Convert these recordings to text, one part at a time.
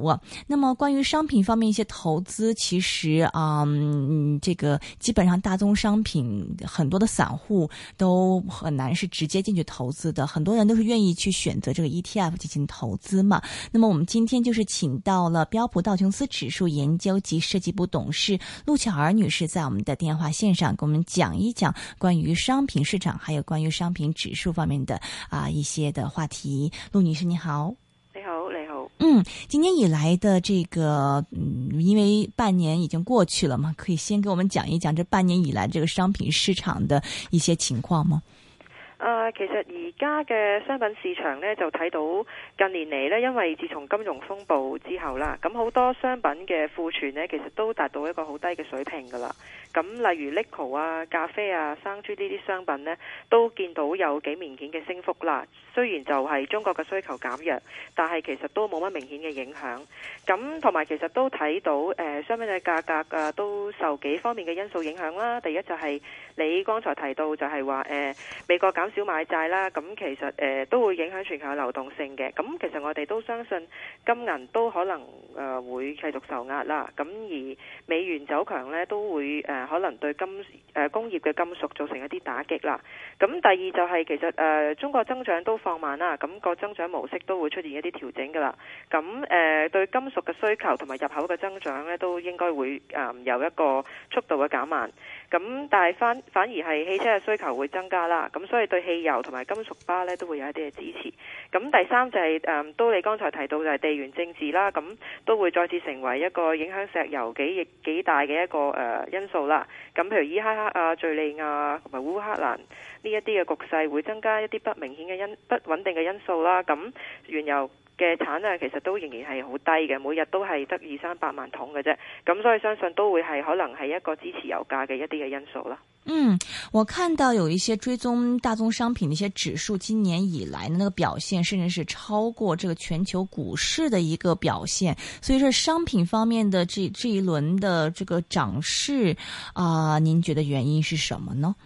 啊。那么关于商品方面一些投资，其实这个基本上大宗商品很多的散户都很难是直接进去投资的，很多人都是愿意去选择这个 ETF 进行投资嘛。那么我们今天就是请到了标普道琼斯指数研究及设计部董事陆巧儿女士，在我们的电话线上跟我们讲一讲关于商品市场还有关于商品指数方面的一些的话题。陆女士你好。 你好，你好。 今年以来的这个因为半年已经过去了嘛，可以先给我们讲一讲这半年以来这个商品市场的一些情况吗？ 其實而家嘅商品市場呢，就睇到近年嚟呢，因為自從金融風暴之後啦，咁好多商品嘅庫存呢，其實都達到一個好低嘅水平㗎啦。咁例如 Liquor 啊、咖啡啊、生豬呢啲商品呢，都見到有幾明顯嘅升幅啦。雖然就係中國嘅需求減弱，但係其實都冇乜明顯嘅影響。咁同埋其實都睇到商品嘅價格都受幾方面嘅因素影響啦。第一就係你剛才提到就係話美國減少買債啦，咁其實都會影響全球嘅流動性嘅。咁其實我哋都相信金銀都可能會繼續受壓啦。咁而美元走強呢，都會可能對工業嘅金屬造成一啲打擊啦。咁第二就係其實中國增長都放慢啦，咁個增長模式都會出現一啲調整㗎啦。咁對金屬嘅需求同埋入口嘅增長呢，都應該會有一個速度嘅減慢。咁但係反而係汽車嘅需求會增加啦。咁所以對汽油同埋金屬巴呢，都會有一啲嘅支持。咁第三就係都你剛才提到就係地緣政治啦，咁都會再次成為一個影響石油幾大嘅一個因素啦。咁譬如伊拉克啊、敘利亞同埋烏克蘭呢一啲嘅局勢會增加一啲不穩定嘅因素啦。咁原油嘅產量其實都仍然係好低嘅，每日都係得200-300萬桶嘅啫。咁所以相信都會係可能係一個支持油價嘅一啲嘅因素啦。 我看到有一些追蹤大宗商品的一些指數，今年以來的那個表現，甚至是超過這個全球股市的一個表現。所以說商品方面的這一輪的這個漲勢您覺得原因是什麼呢？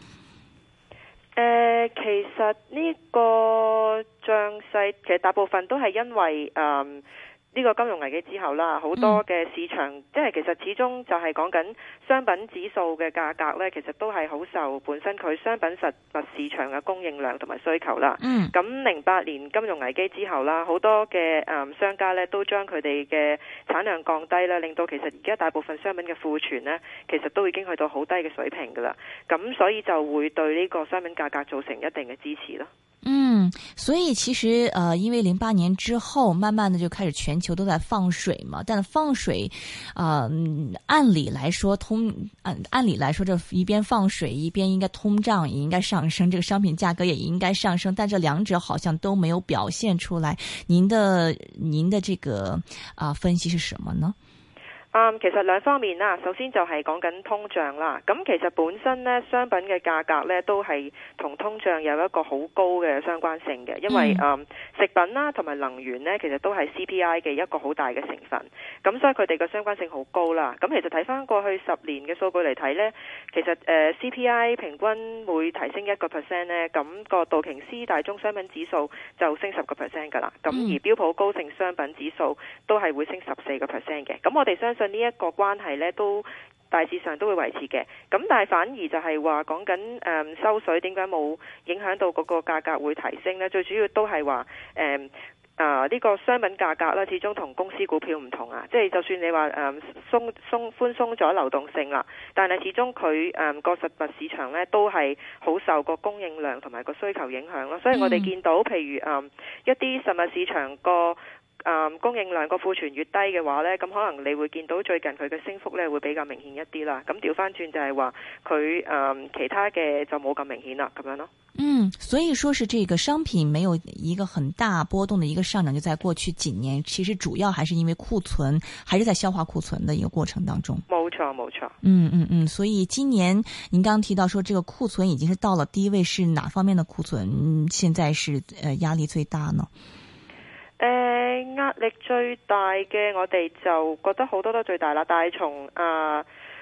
其實呢個漲勢其實大部分都係因為呢個金融危機之後啦，好多嘅市場即係其實始終就係講緊商品指數嘅價格呢，其實都係好受本身佢商品實物市場嘅供應量同埋需求啦。咁08年金融危機之後啦，好多嘅商家呢都將佢哋嘅產量降低啦，令到其實而家大部分商品嘅庫存呢，其實都已經去到好低嘅水平㗎啦。咁所以就會對呢個商品價格造成一定嘅支持咯。 所以其實因為08年之後慢慢的就開始全球都在放水嘛，但放水按理來說這一邊放水一邊應該通脹也應該上升，這個商品價格也應該上升，但這兩者好像都沒有表現出來。您的這個分析是什麼呢？ 其實兩方面啦，首先就係講緊通脹啦。咁其實本身呢，商品嘅價格呢都係同通脹有一個好高嘅相關性嘅，因為食品啦同埋能源呢，其實都係 CPI 嘅一個好大嘅成分。咁所以佢哋嘅相關性好高啦。咁其實睇翻過去10年嘅數據嚟睇呢，其實CPI 平均會提升1%呢，咁個道瓊斯大宗商品指數就升10% 㗎啦。咁而標普高盛商品指數都係會升14% 嘅。咁我哋相信呢一個關係呢都大致上都會維持嘅。咁但係反而就係話講緊收水點解冇影響到嗰個價格會提升呢？最主要都係話呢個商品價格啦，始終同公司股票唔同啊。即係就算你話寬鬆咗流動性啦，但係始終佢個實物市場呢都係好受個供應量同埋個需求影響咯。所以我哋見到譬如一啲實物市場個供應量個庫存越低嘅話呢，咁可能你會見到最近佢嘅升幅呢會比較明顯一啲啦。咁調翻轉就係話佢其他嘅就冇咁明顯啦，咁樣咯。 所以說是這個商品沒有一個很大波動的一個上漲，就在過去幾年，其實主要還是因為庫存，還是在消化庫存的一個過程當中。 冇錯。 所以今年您剛剛提到說這個庫存已經是到了低位，是哪方面的庫存現在是壓力最大呢？ 壓力最大嘅我哋就覺得好多都最大啦，但係從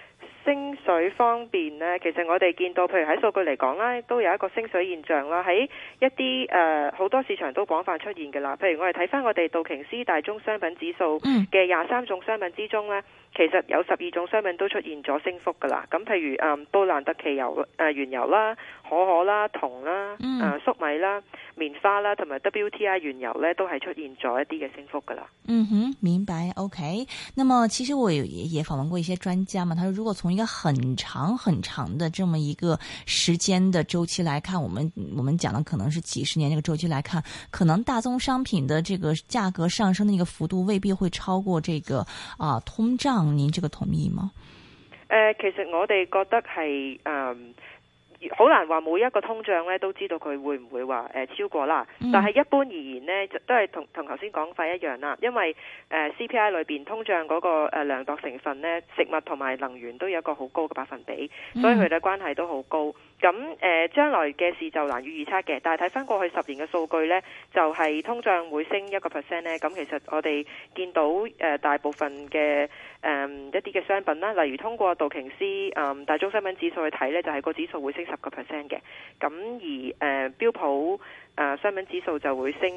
升水方面呢，其實我哋見到，譬如喺數據嚟講啦，都有一個升水現象啦。喺一啲好多市場都廣泛出現嘅啦。譬如我哋睇翻我哋道瓊斯大宗商品指數嘅23種商品之中呢，其實有12種商品都出現咗升幅噶啦。咁譬如布蘭特期油、原油啦、可啦、銅啦、粟米啦、棉花啦，同埋 WTI 原油呢，都係出現咗一啲嘅升幅噶啦。 嗯哼，明白。OK。那麼其實我也訪問過一些專家嘛，他說如果從一個很長很長的這麼一個時間的周期來看，我們講的可能是幾十年這個周期來看，可能大宗商品的這個價格上升的一個幅度未必會超過這個通脹，您這個同意嗎？ 其實我哋覺得係好難話每一個通脹咧都知道佢會唔會話超過啦，但係一般而言呢，都係同頭先講法一樣啦，因為CPI 裏邊通脹嗰個量度成分呢，食物同埋能源都有一個好高嘅百分比，所以佢哋關係都好高。咁將來嘅事就難以預測嘅，但係睇翻過去10年嘅數據呢，就係通脹會升1%呢。咁其實我哋見到大部分嘅一啲嘅商品啦，例如通過道瓊斯大宗商品指數去睇呢，就係個指數會升10%嘅。咁而標普商品指數就會升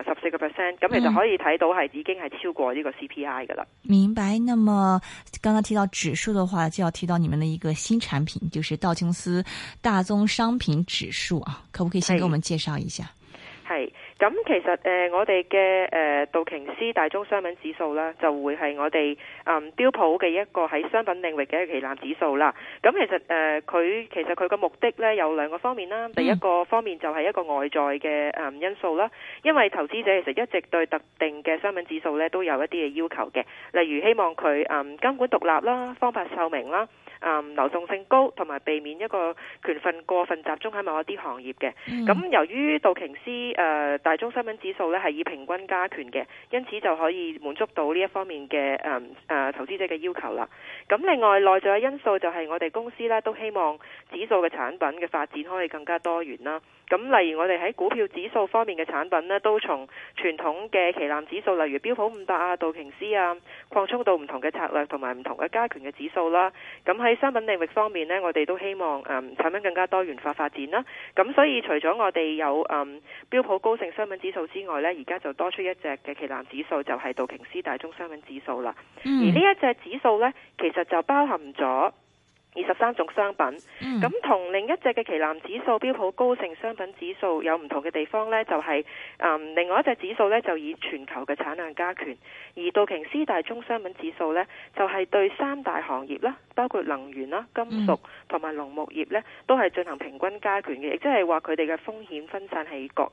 14%。咁其實可以睇到係已經係超過呢個 CPI 噶啦。 明白。那麼剛剛提到指數的話，就要提到你們的一個新產品，就是道瓊斯大宗商品指數啊，可不可以先給我們介紹一下？ 係，咁其實我哋嘅道瓊斯大宗商品指數啦，就會係我哋標普嘅一個喺商品領域嘅一個旗艦指數啦。咁其實佢個目的咧有兩個方面啦。第一個方面就係一個外在嘅因素啦，因為投資者其實一直對特定嘅商品指數咧都有一啲嘅要求嘅，例如希望佢監管獨立啦、方法透明啦、流動性高，同埋避免一個權份過分集中喺某一啲行業嘅。咁由於道瓊斯大宗商品指數咧係以平均加權嘅，因此就可以滿足到呢一方面嘅投資者嘅要求啦。咁另外內在嘅因素就係我哋公司咧都希望指數嘅產品嘅發展可以更加多元啦。咁例如我哋喺股票指數方面嘅產品呢，都從傳統嘅旗艦指數，例如標普500啊、道瓊斯啊，擴充到唔同嘅策略同埋唔同嘅加權嘅指數啦。咁喺商品領域方面呢，我哋都希望產品更加多元化發展啦。咁所以除咗我哋有標普高盛商品指數之外呢，而家就多出一隻嘅旗艦指數，就係道瓊斯大宗商品指數啦。而呢一隻指數呢，其實就包含咗23種商品，咁同另一隻嘅旗艦指數標普高盛商品指數有唔同嘅地方呢，就係另外一隻指數呢，就以全球嘅產量加權，而道瓊斯大宗商品指數呢，就係對3大行業啦，包括能源啦、金屬同埋農牧業呢，都係進行平均加權嘅，亦即係話佢哋嘅風險分散係各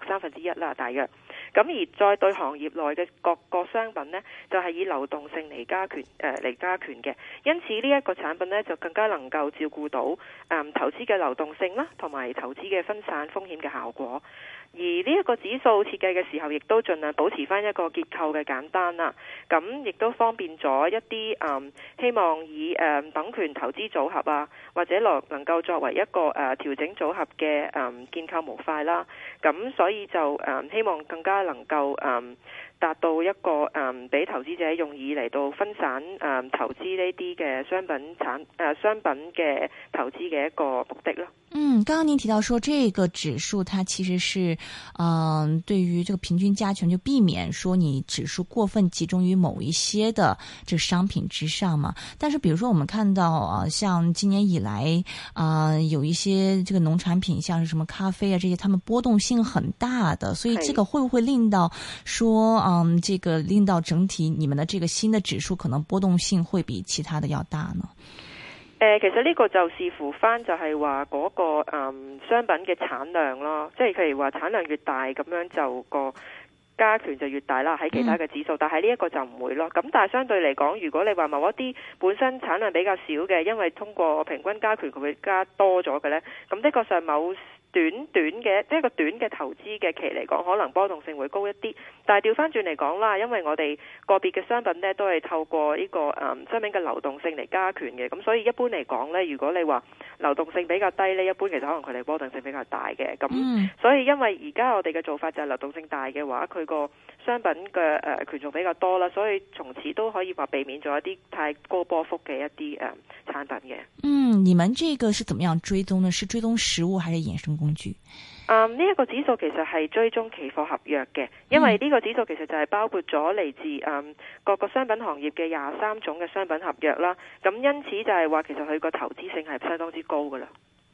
1/3啦，大約。咁而再對行業內嘅各個商品呢，就係以流動性嚟加權嘅。因此呢一個產品呢，就更加能夠照顧到投資嘅流動性啦，同埋投資嘅分散風險嘅效果。而呢一個指數設計嘅時候，亦都盡量保持翻一個結構嘅簡單啦。咁亦都方便咗一啲希望以等權投資組合啊，或者能夠作為一個調整組合嘅建構模塊啦。咁所以就希望更加能夠達到一個俾投資者用以嚟到分散投資呢啲嘅商品嘅投資嘅一個目的咯。 剛剛您提到說，這個指數它其實是對於這個平均加權，就避免說你指數過分集中於某一些的這個商品之上嘛。但是，比如說我們看到像今年以來有一些這個農產品，像是什麼咖啡啊這些，它們波動性很大的，所以這個會不會令到說這個令到整體你們的這個新的指數可能波動性會比其他的要大呢？ 其實呢個就視乎翻就係話嗰個商品嘅產量咯，即係譬如話產量越大，咁樣就個加權就越大啦，喺其他嘅指數，但係呢一個就唔會咯。咁但係相對嚟講，如果你話某一啲本身產量比較少嘅，因為通過平均加權佢會加多咗嘅呢，咁的確上某嘅即係個短嘅投資嘅期嚟講，可能波動性會高一啲。但係調翻轉嚟講啦，因為我哋個別嘅商品呢都係透過呢個商品嘅流動性嚟加權嘅，咁所以一般嚟講呢，如果你話流動性比較低呢，一般其實可能佢哋波動性比較大嘅。咁所以因為而家我哋嘅做法就係流動性大嘅話，佢個商品嘅權重比較多啦，所以從此都可以話避免咗一啲太高波幅嘅一啲產品嘅。 你們這個是怎麼樣追蹤呢？是追蹤實物還是衍生工具？ 呢一個指數其實係追蹤期貨合約嘅，因為呢個指數其實就係包括咗嚟自各個商品行業嘅23種嘅商品合約啦。咁因此就係話其實佢個投資性係相當之高噶啦。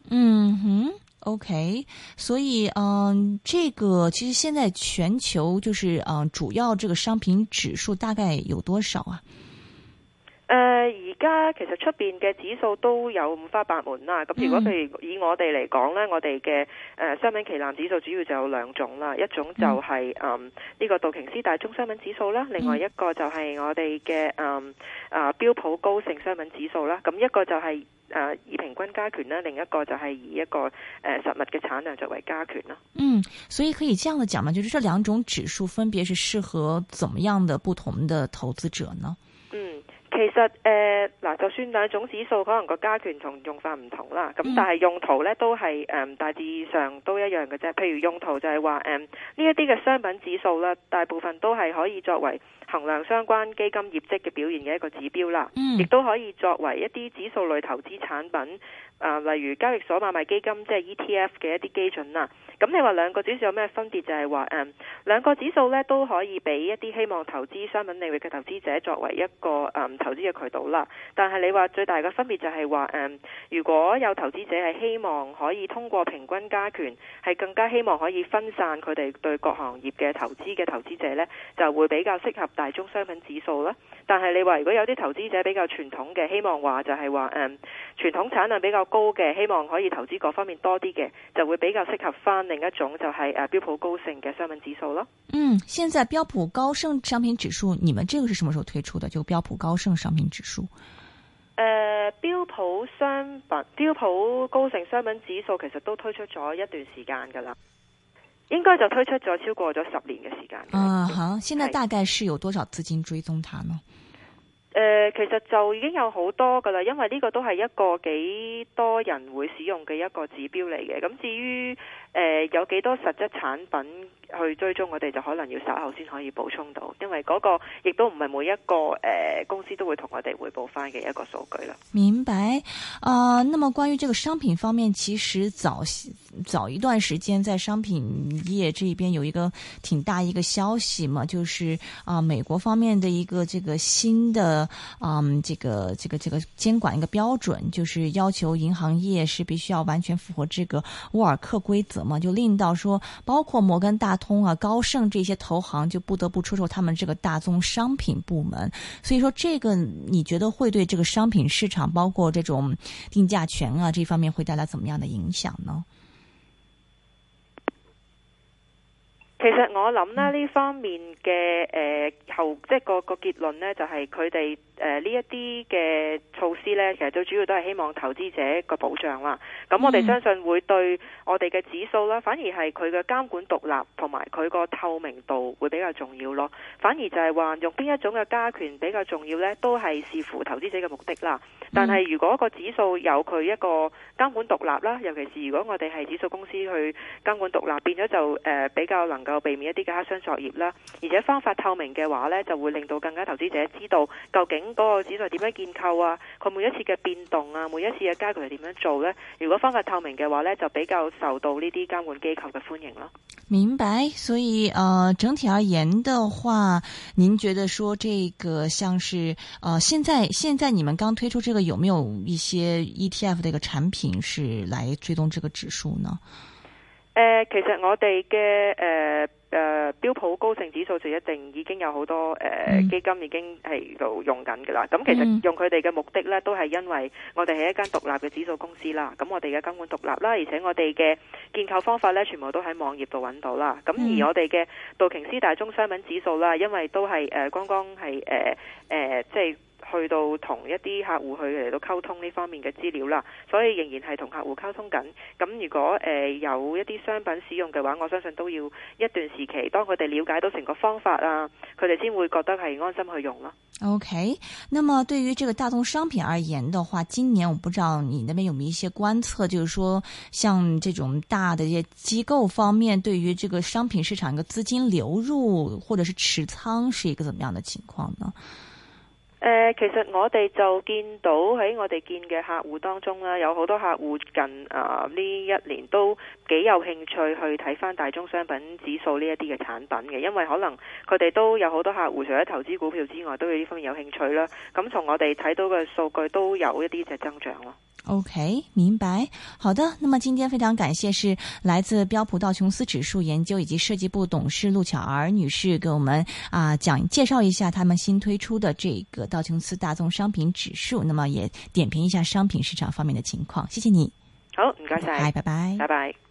OK， 所以這個其實現在全球就是主要這個商品指數大概有多少啊？ 而家其實出邊嘅指數都有五花八門啦。咁如果譬如以我哋嚟講呢，我哋嘅商品期貨指數主要就有兩種啦，一種就係呢個道瓊斯大宗商品指數啦，另外一個就係我哋嘅標普高盛商品指數啦。咁一個就係以平均加權啦，另一個就係以一個實物嘅產量作為加權啦。 所以可以這樣的講嘛，就是這兩種指數分別是適合怎麼樣的不同的投資者呢？ 其實就算兩種指數可能個加權同用法唔同啦，咁但係用途咧都係大致上都一樣嘅啫。譬如用途就係話呢一啲嘅商品指數啦，大部分都係可以作為衡量相關基金業績嘅表現嘅一個指標啦，亦都可以作為一啲指數類投資產品，例如交易所買賣基金即係 ETF 嘅一啲基準啦。咁你話兩個指數有咩分別？就係話兩個指數咧都可以俾一啲希望投資商品領域嘅投資者作為一個投資嘅渠道啦。但係你話最大嘅分別就係話如果有投資者係希望可以通過平均加權，係更加希望可以分散佢哋對各行業嘅投資者呢，就會比較適合大宗商品指數啦。但係你話如果有啲投資者比較傳統嘅，希望話就係話傳統產量比較高嘅，希望可以投資各方面多啲嘅，就會比較適合翻另一種就係標普高盛嘅商品指數咯。 現在標普高盛商品指數，你們這個是什麼時候推出的？就標普高盛商品指數。 標普高盛商品指數其實都推出咗一段時間噶啦，應該就推出咗超過咗10年嘅時間。 現在大概是有多少資金追蹤它呢？ 其實就已經有好多噶啦，因為呢個都係一個幾多人會使用嘅一個指標嚟嘅。咁至於有幾多實質產品去追蹤，我哋就可能要稍後先可以補充到，因為嗰個亦都唔係每一個公司都會同我哋匯報翻嘅一個數據啦。 明白。那麼關於這個商品方面，其實早一段時間在商品業這邊有一個挺大一個消息嘛，就是美國方面的一個這個新的這個監管一個標準，就是要求銀行業是必須要完全符合這個沃爾克規則嘛，就令到說包括摩根大通啊、高盛這些投行就不得不出售他們這個大宗商品部門。所以說這個你覺得會對這個商品市場包括這種定價權啊這方面會帶來怎麼樣的影響呢？ 其實我諗呢方面嘅即係個結論呢，就係佢哋呢一啲嘅措施呢，其實最主要都係希望投資者個保障啦。咁我哋相信會對我哋嘅指數啦，反而係佢嘅監管獨立同埋佢個透明度會比較重要咯。反而就係話用邊一種嘅加權比較重要呢，都係視乎投資者嘅目的啦。但係如果個指數有佢一個監管獨立啦，尤其是如果我哋係指數公司去監管獨立，變咗就比較能夠避免一啲嘅黑箱作業啦。而且方法透明嘅話呢，就會令到更加投資者知道究竟嗰個指數點樣建構啊，佢每一次嘅變動啊，每一次嘅加權係點樣做呢？如果方法透明嘅話呢，就比較受到呢啲監管機構嘅歡迎咯。 明白。所以整體而言的話，您覺得說這個像是現在你們剛推出這個，有沒有一些 ETF 的一個產品是來追蹤這個指數呢？ 其實我哋嘅標普高盛指數就一定已經有好多基金已經係度用緊㗎啦。咁其實用佢哋嘅目的呢，都係因為我哋係一間獨立嘅指數公司啦。咁我哋嘅監管獨立啦，而且我哋嘅建構方法呢，全部都喺網頁度揾到啦。咁而我哋嘅道瓊斯大宗商品指數啦，因為都係剛剛係即係去到同一啲客戶去嚟到溝通呢方面嘅資料啦，所以仍然係同客戶溝通緊。咁如果有一啲商品使用嘅話，我相信都要一段時期，當佢哋了解到成個方法啊，佢哋先會覺得係安心去用咯。 OK， 那麼對於這個大宗商品而言的話，今年我不知道你那邊有沒有一些觀測，就是說像這種大的一些機構方面，對於這個商品市場一個資金流入或者是持倉是一個怎麼樣的情況呢？ 其實我哋就見到喺我哋見嘅客戶當中啦，有好多客戶近呢一年都幾有興趣去睇翻大宗商品指數呢一啲嘅產品嘅，因為可能佢哋都有好多客戶除咗投資股票之外，都對呢方面有興趣啦。咁從我哋睇到嘅數據都有一啲嘅增長咯。OK， 明白。好的，那麼今天非常感謝是來自標普道瓊斯指數研究以及設計部董事陸巧兒女士給我們介紹一下他們新推出的這個道瓊斯大宗商品指數，那麼也點評一下商品市場方面的情況。謝謝你。 好，唔該晒， 拜拜。 拜拜。